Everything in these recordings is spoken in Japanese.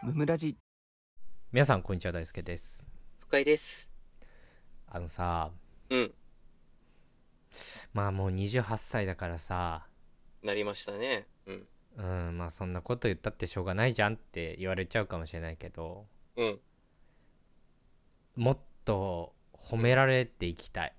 ムムラジ。 皆さんこんにちは、大輔です。 深井です。 さ、 うん。 まあもう28歳だからさ、 なりましたね。うん。 まあそんなこと言ったってしょうがないじゃんって言われちゃうかもしれないけど、 うん。 もっと褒うん。 められていきたい。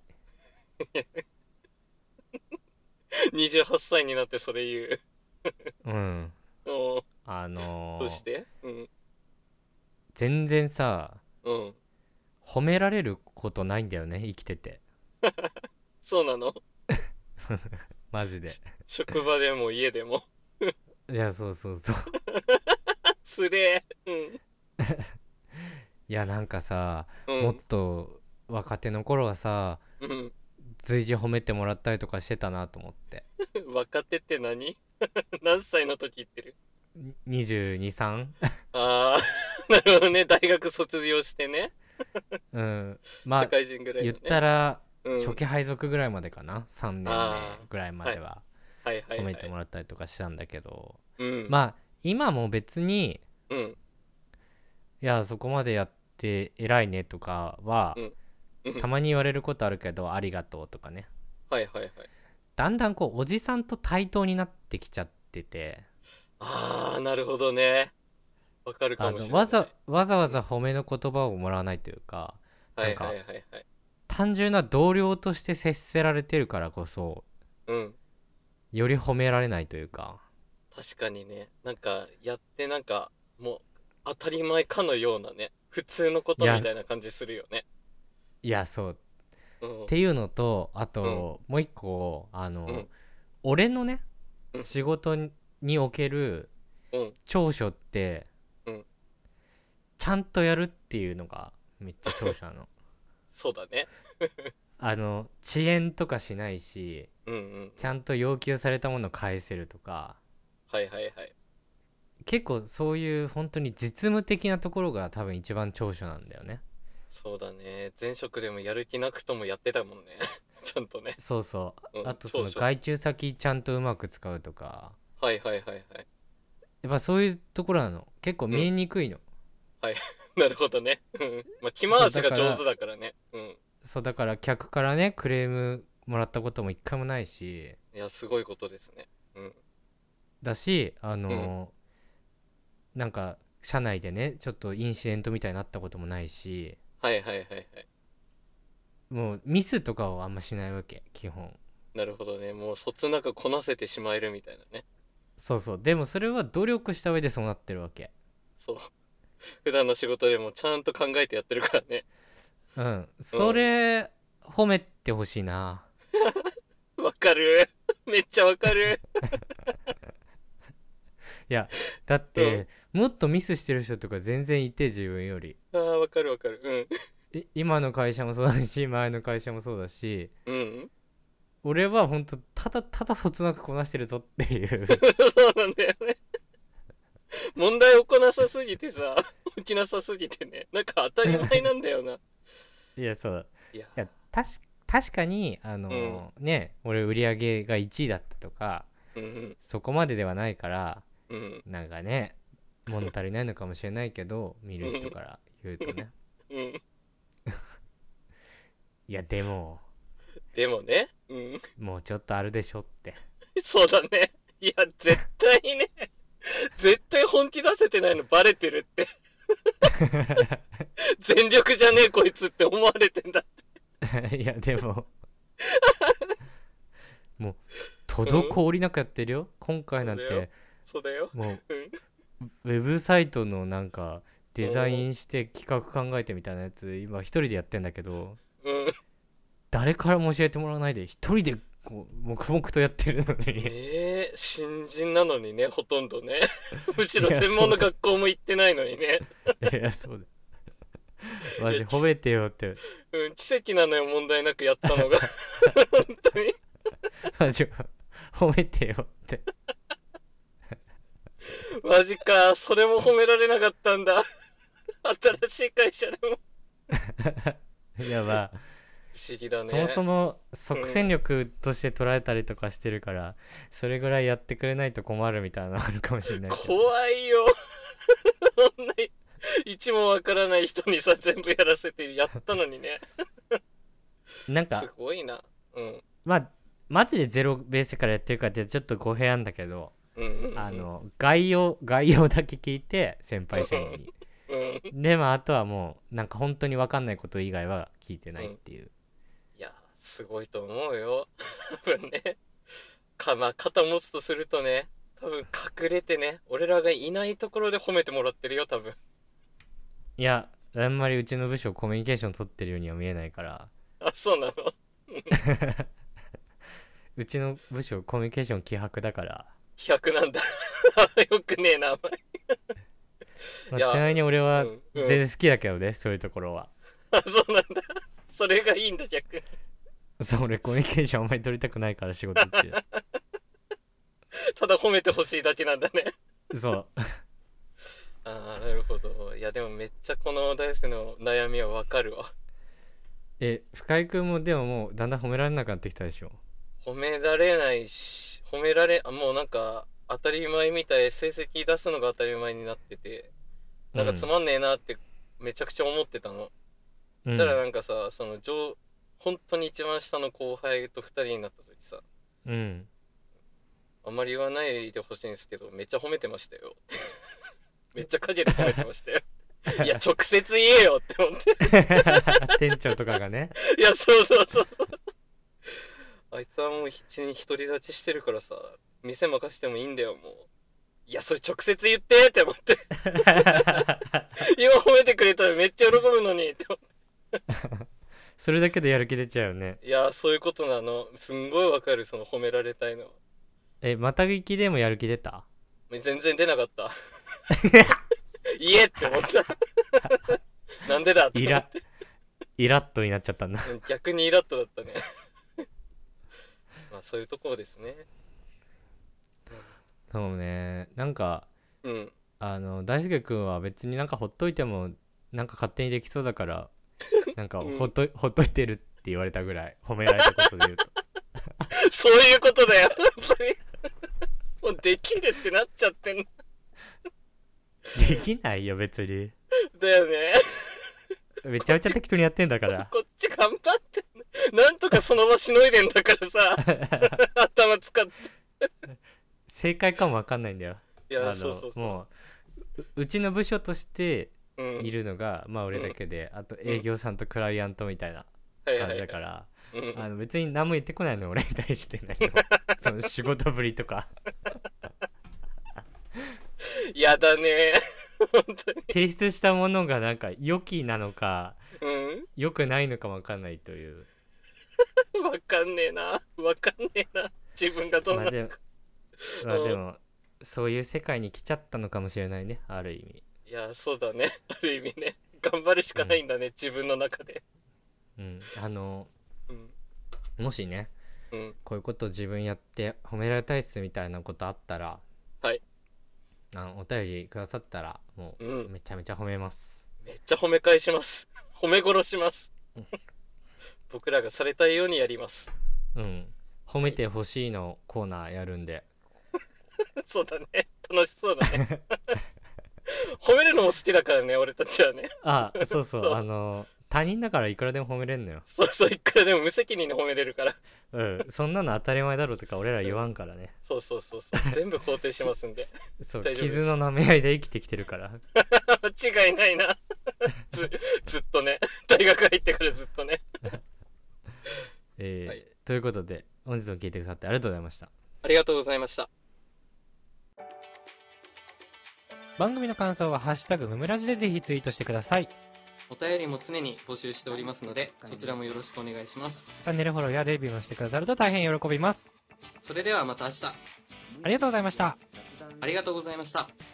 28歳になってそれ言う。 うん。 おー。 あどうしのて？うん。 全然さ、 うん。 褒められることないんだよね、生きてて。 そうなの？ マジで。 職場でも家でも。 いや、そうそうそう。 つれえ。 いや、なんかさ、もっうん。 と若手の頃はさ、 うん。 随時褒めてもらったりとかしてたなと思って。 うん。若手って何？何歳の時言ってる？ 22、3？ あー。なるほどね。大学卒業してね。 うん。まあ社会人ぐらい言っのね。 たらうん。 初期配属ぐらいまでかな、3年目あぐらいまー。はい。 でははいはいはい。 褒めてもらったりとかしたんだけど、 うん。 まあ今も別に、 うん。 いやそこまでやって偉いねとかはうん。うん。 たまに言われることあるけど、ありがとうとかね。 はいはいはい。 だんだんこうおじさんと対等になってきちゃってて、 あー、なるほどね。わかるかもしれない。 わざわうん。 ざ褒めの言葉をもらわないというか、なんかはいはいはいはい。 単純な同僚として接せられてるからこそ、 うん。 より褒められないというか。 確かにね。なんか、やってなんか、もう、当たり前かのようなね。普通のことみいやたいな感じするよね。 そうっうん。 ていうのと、あうん。 ともう一個、 うん。 俺のねうん。 仕事におけるうん。 長所って、 うん。 ちゃんとやるっていうのがめっちゃ長所なの。 そうだね。 遅延とかしないし、 うんうんうん。 ちゃんと要求されたものを返せるとか、 はいはいはい。 結構そういう本当に実務的なところが多分一番長所なんだよね。 そうだね。前職でもやる気なくともやってたもんね。ちゃんとね。 そうそう。 うん。 あとそ長所。 の外注先ちゃんとうまく使うとか、 はいはいはいはい。 やっぱそういうところなの、結構見えうん。 にくいの。 はい。なるほどね。うん。まあ、着そう回しが上手だからだからね。うん。 だから客からねクレームもらったことも一回もないし、 いや、すごいことですね。うん。 だしうん。 なんか社内でねちょっとインシデントみたいになったこともないし、 はいはいはいはい。 もうミスとかをあんましないわけ基本。 なるほどね。もうそつなくこなせてしまえるみたいなね。 そうそう、でもそれは努力した上でそうなってるわけ。 そう。普段の仕事でもちゃんと考えてやってるからね。 うん、そうん。 れ褒めてほしいな。 わかる。めっちゃわかる。 いやだっうん。 てもっとミスしてる人とか全然いて、自分より。 ああ、わかるわかる。 今の会社もそうだし前の会社もそうだし、 うん。うん。 俺は本当ただただそつなくこなしてるぞっていう。 そうなんだよね。問題起こなさすぎてさ、起きなさすぎてね。なんか当たり前なんだよな。 いやそういやいや、確かにー。うん。 ね、俺売り上げが1位だったとか、 うん。 そこまでではないから、 うん。 なんかね物足りないのかもしれないけど、見る人うん。 から言うとね。 うん。 いやでもでもね。うん。 もうちょっとあるでしょって。 そうだね。いや、絶対ね。絶対本気出せてないのバレてるって。全力じゃねえこいつって思われてんだ。 いやでももううん。 滞りなくやってるよ今回そうだよ。 なんて。 そうだよ。 もうん。 うウェブサイトのなんかデザイうん。 ンして企画考えてみたいなやつ今一人でやってんだけど、 うん。 誰からも教えてもらわないで一人でこう黙々とやってるのに。 ねえ、新人なのにね、ほとんどね。むしいろ専門のやそうだ、 学校も行ってないのにね。 いやそうだ、マいや、 ジ褒めてよって。 うん、奇跡なのよ、問題なくやったのが。本当に。 マジ褒めてよって。 マジか、それも褒められなかったんだ。新しい会社でも。 いやまあ不思議だそもね。 そもうん。 即戦力として捉えたりとかしてるから、それぐらいやってくれないと困るみたいなのあるかもしれないけど。 怖いよ。 そんな一もわからない人にさ全部やらせてやったのにね。 なんかすごいな。うん。 まあマジでゼロベースからやってるかってちょっと語弊あんだけど、 うんうんうん。 概要だけ聞いて先輩社員にうんでもあとはもうなんか本当に分かんないこと以外は聞いてうん。 ないっていう。 いや、すごいと思うよ。多分ね。まあ、肩持つとするとね、多分隠れてね、俺らがいないところで褒めてもらってるよ、多分。 いやあんまりうちの部署コミュニケーション取ってるようには見えないから。 あ、そうなの。 うちの部署コミュニケーション希薄だから。 気迫なんだ。よくねえな、お前。いや、 ちなみに俺はうんうん。 全然好きだけどね、そういうところは。 あ、そうなんだ。それがいいんだ、逆に。 そう、俺コミュニケーションあんまり取りたくないから仕事中。 ただ褒めてほしいだけなんだね。 そう。 ああ、なるほど。いや、でもめっちゃこの大輔の悩みはわかるわ。 深井君もでももうだんだん褒められなくなってきたでしょ。 褒められないし、もうなんか当たり前みたい、成績出すのが当たり前になってて、なんかつうんまんねえなってめちゃくちゃ思ってたの。そしたらうんなんかさ、本当に一番下の後輩と二人になった時さ、 うん。 あんまり言わないでほしいんですけど、めっちゃ褒めてましたよ。めっちゃ陰で褒めてましたよ。いや、直接言えよって思って。 店長とかがね。 いや、そうそうそうそう。あいつはもう独り立ちしてるからさ、店任せてもいいんだよ、もう。いや、それ直接言ってって思って。今褒めてくれたらめっちゃ喜ぶのにって思って。 それだけでやる気出ちゃうよね。 いや、そういうことなの。すんごいわかる、その褒められたいの。 また聞きでもやる気出た？ 全然出なかった。言えって思った。なんでだって思っイラて。 イラッとになっちゃったんだ。 逆にイラッとだったね。まあ、そういうところですね。 そうね、なんかうん。 大輔君は別になんかほっといてもなんか勝手にできそうだから、なんかうん。 ほっといてるって言われたぐらい、褒められたことで言うと。 そういうことだよ。やっぱり。もうできるってなっちゃってんの。 できないよ別に。 だよね。 めちゃめちゃこっち、 適当にやってんだから。 こっち頑張ってんの。なんとかその場しのいでんだからさ。頭使って。 正解かもわかんないんだよ。 いや、そうそうそう。 もうちの部署としてうん。 いるのがまあ俺だうん。 けで、あとうん。 営業さんとクライアントみたいな感じはいはいはい。 だから、 うん。 別に何も言ってこないの俺に対して。何もその仕事ぶりとかやだね。本当に。 提出したものがなんか良きなのかうん。 良くないのか分かんないという。 わかんねえな。わかんねえな。自分がどうなるまあでもか。 まあうん。 でもそういう世界に来ちゃったのかもしれないね、ある意味。 いや、そうだね。ある意味ね。頑張るしうんかないんだね。自分の中で。 うん。 うん。 もしね、 うん。 こういうこと自分やって褒められたいっすみたいなことあったら、 はい。 お便りくださったらもうん。 うめちゃめちゃ褒めます。 めっちゃ褒め返します。褒め殺します。僕らがされたいようにやります。 うん。褒はい。 めてほしいのコーナーやるんで。 そうだね。楽しそうだね。褒めるのも好きだからね、俺たちはね。 そうそう、 そう。 他人だからいくらでも褒めれんのよ。 そうそう、いくらでも無責任に褒めれるから。 うん。そんなの当たり前だろとか俺ら言わうん。 んからね。 そうそうそうそう。全部肯定しますんで。 そう、傷の大丈夫です。 舐め合いで生きてきてるから。 間違いないな。ず、ずっとね。大学入ってからずっとね。はい。 ということで本日も聞いてくださってありがとうございました。 ありがとうございました。 番組の感想はハッシュタグムムラジでぜひツイートしてください。 お便りも常に募集しておりますので、そちらもよろしくお願いします。 チャンネルフォローやレビューもしてくださると大変喜びます。 それではまた明日。 ありがとうございました。 ありがとうございました。